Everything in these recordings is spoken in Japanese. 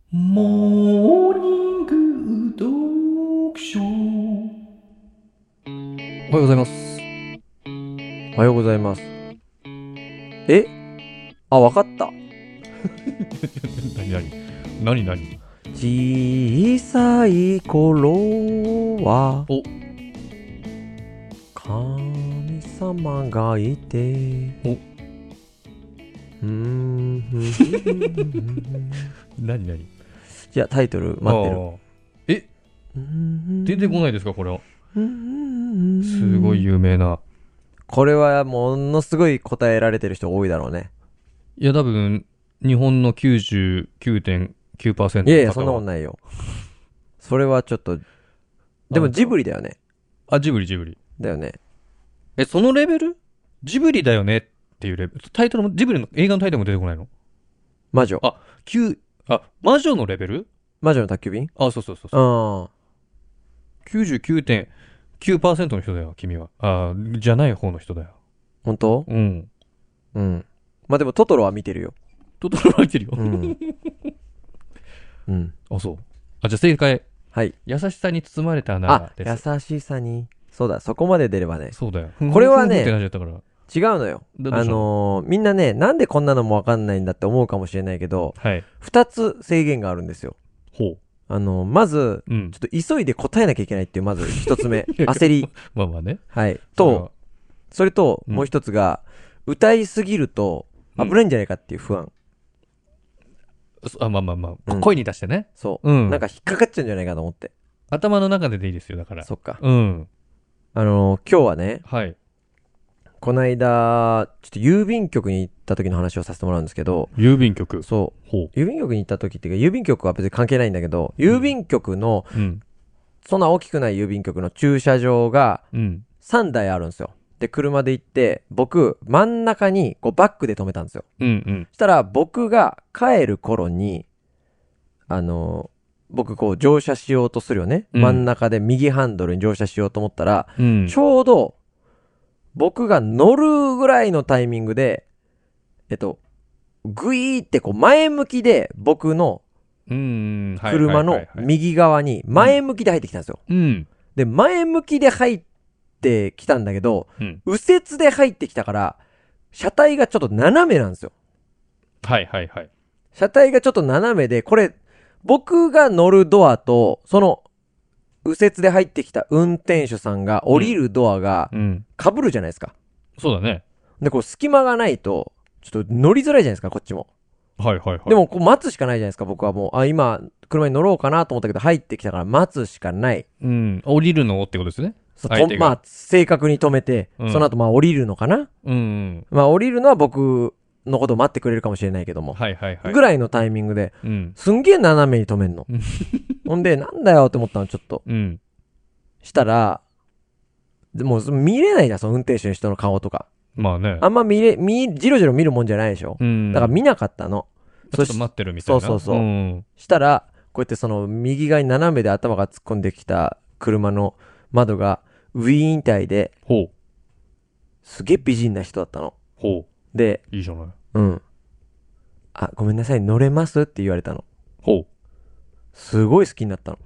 モーニング読書。 おはようございます。 おはようございます。わかった。 何小さい頃はお神様がいておうーん何じゃあタイトル待ってる。 え、出てこい。 ないですかこれは。すごい有名な。 これはものすごい答えられてる人多いだろうね。 いや多分、日本の 99.9% いやいや、そんなの方は。 ことないよ。それはちょっと、でもジブリだよね。 あ、ジブリ。 だよね。 そのレベルジブリだよねっていうレベル。タイトルも、ジブリの映画のタイトルも出てこないの？ 魔女。 あ、魔女のレベル？ 魔女の宅急便。 あ、そう。 あ 99.9% の人だよ、君は。じゃない方の人だよ。 本当？ うん。 うん。まあでもトトロは見てるよ。 トトロ入ってるよ。 うんあ、そう。じゃあ正解。 はい。 優しさに包まれたなです。 優しさに。そうだ、そこまで出ればね。 そうだよ。 これはねふんふんってなっちゃったから。 違うのよ。 どうしたの？ みんなね、なんでこんなのもわかんないんだって思うかもしれないけど、 はい。 二つ制限があるんですよ。 ほまず、 う。うん。 ちょっと急いで答えなきゃいけないっていう、まず一つ目。焦り。 まあね。 はい。 それはと、それと、 うんもう一つが、歌いすぎると危ないんじゃないかっていう不安。 まあ。 うん声に出してね。 そう。 うん。 なんか引っかかっちゃうんじゃないかと思って。 頭の中でいいですよ、だから。 そっか。 うん。 今日はね、 はい。 この間、ちょっと郵便局に行った時の話をさせてもらうんですけど、 郵便局。 そほう。郵便局に行った時っていうか、郵便局は別に関係ないんだけど、郵便局の、 う。うん。 そんな大きくない郵便局の駐車場がうん。 3台あるんですよ。で、車で行って、僕、真ん中にこうバックで止めたんですよ。 うん。 そしたら、僕が帰る頃に、僕こう乗車しようとするよね。 うん真ん中で右ハンドルに乗車しようと思ったら、 うん。 ちょうど、僕が乗るぐらいのタイミングで、ぐいーってこう前向きで僕の車の右側に前向きで入ってきたんですよ。 うん。 で、前向きで入ってきたんだけど、 うん。 右折で入ってきたから、車体がちょっと斜めなんですよ。 はい。 車体がちょっと斜めで、これ、僕が乗るドアと、その、右折で入ってきた運転手さんが降りるドアがうん。 被るじゃないですか。 そうだね。 で、こう隙間がないと、ちょっと乗りづらいじゃないですか、こっちも。 はい。 でも、こう待つしかないじゃないですか、僕はもう。今、車に乗ろうかなと思ったけど、入ってきたから待つしかない。 うん。降りるのってことですね。 そう相手がまあ、正確に止めて、 うんその後まあ降りるのかな。 うん。 まあ降りるのは僕のことを待ってくれるかもしれないけども。 はい。 ぐらいのタイミングで、 うん。 すんげえ斜めに止めんのうん。 ほんで、なんだよって思ったの、ちょっと。 うん。 したら、でも見れないじゃん、その運転手の人の顔とか。 まあね。 あんまじろじろ見るもんじゃないでしょ。 うん。 だから見なかったの。 ちょっと待ってるみたいな。 そう。 ん。 したら、こうやってその右側に斜めで頭が突っ込んできた車の窓がウィーン体で、 ほう。 すげえ美人な人だったの。 ほで、 う。いいじゃない。 ごめんなさい、乗れますって言われたの。 ほう。 すごい好きになったの。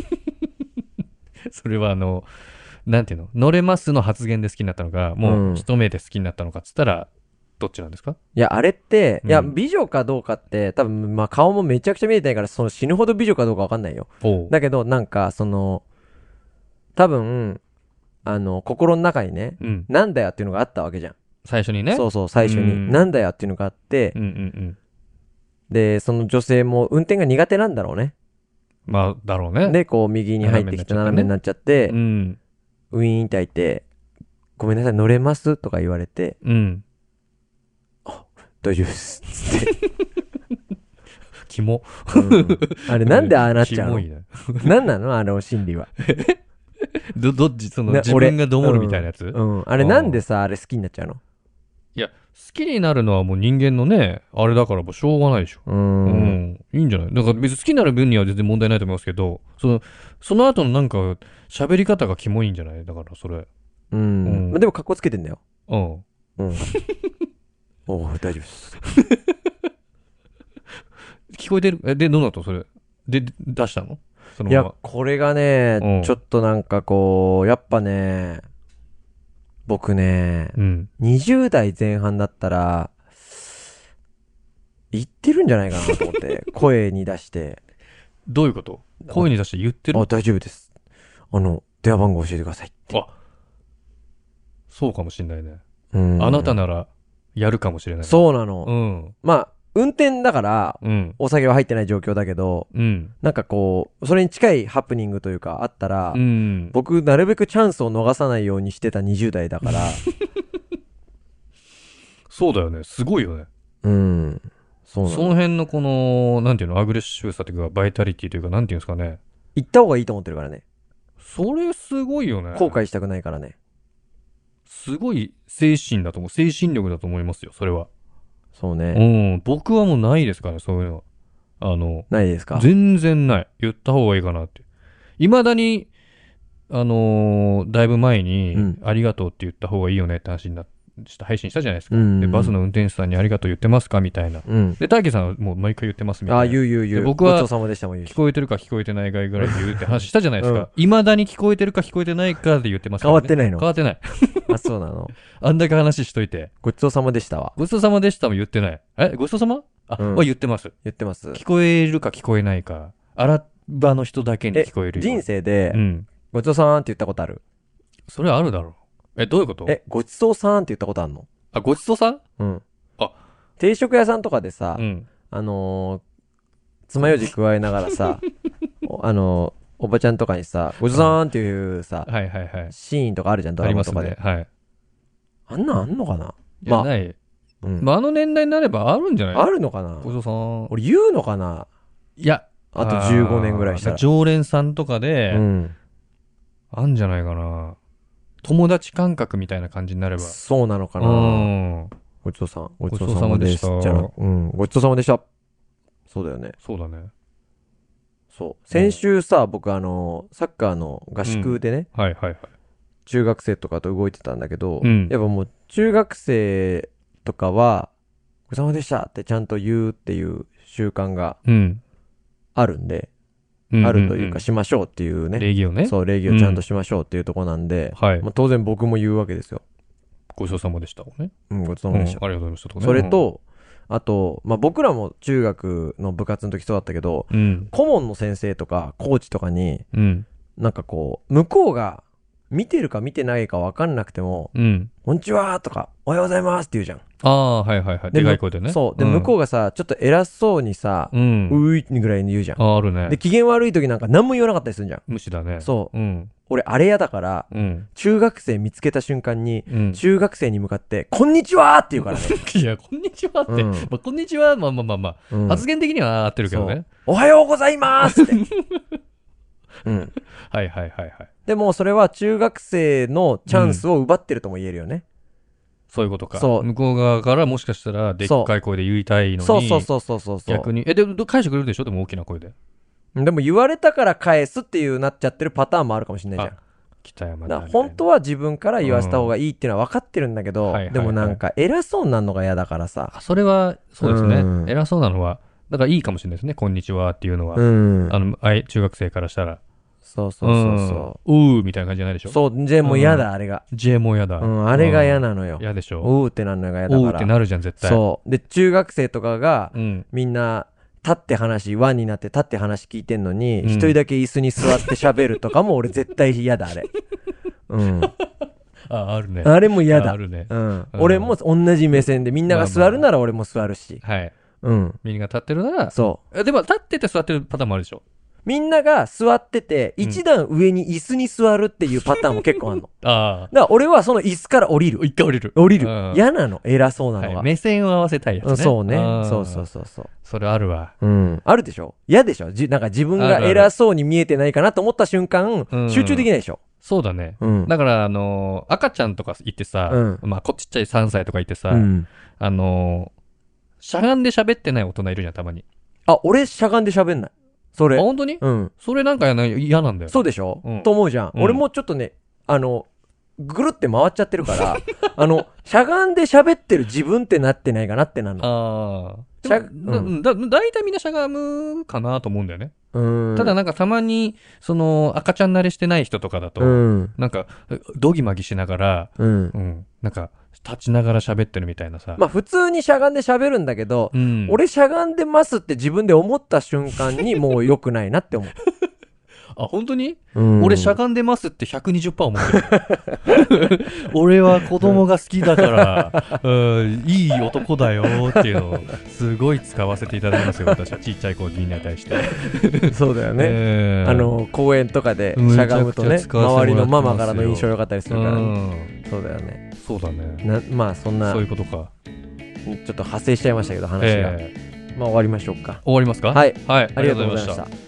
それはなんていうの、乗れますの発言で好きになったのか、もう一目で好きになったのかっつったら、どっちなんですか？ いや、あれって、 うんいや、美女かどうかって、多分、まあ、顔もめちゃくちゃ見えてないから、その死ぬほど美女かどうかわかんないよ。 ほう。 だけど、なんか、多分、心の中にね、 うん。 なんだよっていうのがあったわけじゃん。 最初にね。 そうそう、最初に。 うんなんだよっていうのがあって、 うん。 で、その女性も運転が苦手なんだろうね。 まあ、だろうね。 で、こう、右に入ってきて斜めになっちゃって、 うん。 ウィーンって開いて、ごめんなさい、乗れますとか言われて、 うん。 大丈夫です。つって。 キモ。 あれなんでああなっちゃうの？ キモいね。 なんなのあの心理は。 どっち、 な自分がどもるみたいなやつ？ あれなんでさ、あれ好きになっちゃうの？ いや、好きになるのはもう人間のね、あれだからもうしょうがないでしょ。いいんじゃない？だから別に好きになる分には全然問題ないと思いますけど、その後のなんか、喋り方がキモいんじゃない？だからそれ。 まあでも格好つけてんだよ。 うん。 おう大丈夫です。 聞こえてるで、どうなったそれ。で、出したのそのいまま。 や、これがね、 うんちょっとなんかこう、やっぱね、僕ね、 うん。 20代前半だったら、言ってるんじゃないかなと思って、声に出して、 どういうこと声に出して言ってるあ、大丈夫です。電話番号教えてくださいって。 あ、そうかもしんないね。 うんあなたなら、やるかもしれない。 そうなの。 うん。 まあ、運転だから、 うん。 お酒は入ってない状況だけど、 うん。 なんかこう、それに近いハプニングというかあったら、 うん。 僕なるべくチャンスを逃さないようにしてた20代だから、 そうだよね。すごいよね。 うん。そうなそのの。 辺のこの、なんていうの、アグレッシブさというか、バイタリティというか、なんていうんですかね。 行った方がいいと思ってるからね。 それすごいよね。 後悔したくないからね。 すごい精神だと思う。精神力だと思いますよ、それは。うそうね。 ん。僕はもうないですからね、そういうのは。 ないですか？ 全然ない。言った方がいいかなって。未だに、だいぶ前に、 うんありがとうって言った方がいいよねって話に配信したじゃないですか。 うんで、バスの運転手さんにありがとう言ってますかみたいな。 うん。 で、大輝さんはもう毎回言ってますみたいな。 あ、言う。 で僕はごちそうさまでしたも言うし聞。こえてるか聞こえてないかぐらいで言うって話したじゃないですうんか。未だに聞こえてるか聞こえてないかで言ってますからね。 変わってないの変わってない。 あ、そうなの。 あんだけ話しといて。 ごちそうさまでしたわ。 ごちそうさまでしたも言ってない。ごちそうさまうんは言ってます。 言ってます。 聞こえるか聞こえないか。あらばの人だけに聞こえるよ。 人生でう、ん。 ごちそうさんって言ったことある？ それはあるだろう。どういうことごちそうさんって言ったことあるの？ ごちそうさんうん。 あ、 定食屋さんとかでさう、ん。 爪楊枝加えながらさ、おばちゃんとかにさ、ごちそうさんっていうさ、 はいはいはい。 シーンとかあるじゃん、ドありますねラマとかで。。 はい。 あんなんあんのかな？ いや、 まあない。 うん。 まあ、あの年代になればあるんじゃないあるのかな？ ごちそうさん。 俺言うのかな？ いや、 あと15年ぐらいしたら。 常連さんとかで、 うん。 あんじゃないかな。友達感覚みたいな感じになれば。 そうなのかうな？ ん。 ごちそうさん。ごごちちそううさまそさまでしですた。じゃあうん。ごちそうさまでした。そうだよね。 そうだね。 そう。先週さ、僕サッカーの合宿でね、 はいはいはい。 中学生とかと動いてたんだけど、 うんやっぱもう中学生とかは、ごちそうさまでしたってちゃんと言うっていう習慣がうん。 あるんで、 うんあるというかしましょうっていうね。 礼儀をね。 そう、礼儀をちゃんとしましょうっていうとこなんで、 はい。 まあ、当然僕も言うわけですよ。 ごちそうさまでしたもんね。 うん、ごちそううん。あさまでした。 りがとうございましたとかね。 それと、あと、まあ、僕らも中学の部活の時そうだったけど、 うん。 顧問の先生とかコーチとかに、 うん。 なんかこう、向こうが見てるか見てないか分かんなくても、 うん。 こんにちはとか、おはようございますって言うじゃん。 ああ、はいはいはい。でかい声でね。 そう。で、向こうがさ、ちょっと偉そうにさ、 うん。 ういぐらいに言うじゃん。 あるね。 で、機嫌悪い時なんか何も言わなかったりするじゃん。 無視だね。 そううん。 俺、あれ嫌だから、 うん。 中学生見つけた瞬間に、 うん。 中学生に向かって、こんにちはって言うからね。 いや、こんにちはって。 うんまあ、こんにちは、まあまあまあまあ。 うん発言的には合ってるけどね。 おはようございますって。うん。 はいはいはいはい。 でも、それは中学生のチャンスを奪ってるとも言えるよね。 そういうことか。 そう向こう側からもしかしたら、でっかい声で言いたいのに。 そうそうそうそうそうそう。 逆に。でも返してくれるでしょでも大きな声で。 でも言われたから返すっていうなっちゃってるパターンもあるかもしれないじゃん。 北山だから本当は自分から言わせた方がいいっていうのは分かってるんだけど、 はいはいはいでもなんか偉そうになるのが嫌だからさ。 それは、そうですね。 うん偉そうなのは、だからいいかもしれないですね。こんにちはっていうのは。 うん。 中学生からしたら。 そうそうそうそうん。みたいな感じじゃないでしょう。そう、じゃあもう嫌だ、あれが。 J も嫌だ。 うん、あれが嫌なのよ。 嫌でしょうーってなるのが嫌だから。 おうってなるじゃん、絶対。 そう。で、中学生とかが、 うん。 みんな、立って話、輪になって立って話聞いてんのに、 うん一人だけ椅子に座って喋るとかも俺絶対嫌だ、あれ。うん。 あるね。 あれも嫌だ。 あるね。 うん。俺も同じ目線で、みんなが座るなら俺も座るし。 はい。 うん。 みんなが立ってるなら、 そう。 でも立ってて座ってるパターンもあるでしょ。 みんなが座ってて、 うん一段上に椅子に座るっていうパターンも結構あるの。だかあら俺はその椅子から降りるあ。。一回降りる。 降りるうん。 嫌なの。偉そうなのが。 はい目線を合わせたいやつね。 うんそうねあ。ーそうそうそうそう。 それあるわ。 うん。あるでしょ？嫌でしょ？なんか自分があるある偉そうに見えてないかなと思った瞬間、 うん集中できないでしょ？ そうだね。 うん。 だから、赤ちゃんとかいてさ、 うんまあ、ちっちゃい3歳とかいてさ、 うん。 しゃがんで喋ってない大人いるじゃん、たまに。 あ、俺しゃがんで喋んない。そあ、 れ。 本当にうん。 それなんか嫌なんだよ。 そうでしょ？ うんと思うじゃん。 うん俺もちょっとね、 ぐるって回っちゃってるからしゃがんで喋ってる自分ってなってないかなってなるの。 ああ。だいたいみんなしゃがむかなと思うんだよね。ただなんかたまに、赤ちゃん慣れしてない人とかだと、なんか、ドギマギしながら、なんか、立ちながら喋ってるみたいなさ。 まあ普通にしゃがんで喋るんだけど、俺しゃがんでますって自分で思った瞬間にもう良くないなって思う。 あ、本当に？俺しゃがんでますって 120% 思ってる。俺は子供が好きだから、いい男だよっていうのをすごい使わせていただきますよ、私はちっちゃい子みんなに対して。 そうだよね。公園とかでしゃがむとね、周りのママからの印象良かったりするからね。そうだよね。 そうだね。 まあそんな、 そういうことか。 ちょっと派生しちゃいましたけど、話が。まあ終わりましょうか。 終わりますか？ はい。 はい。 ありがとうございました。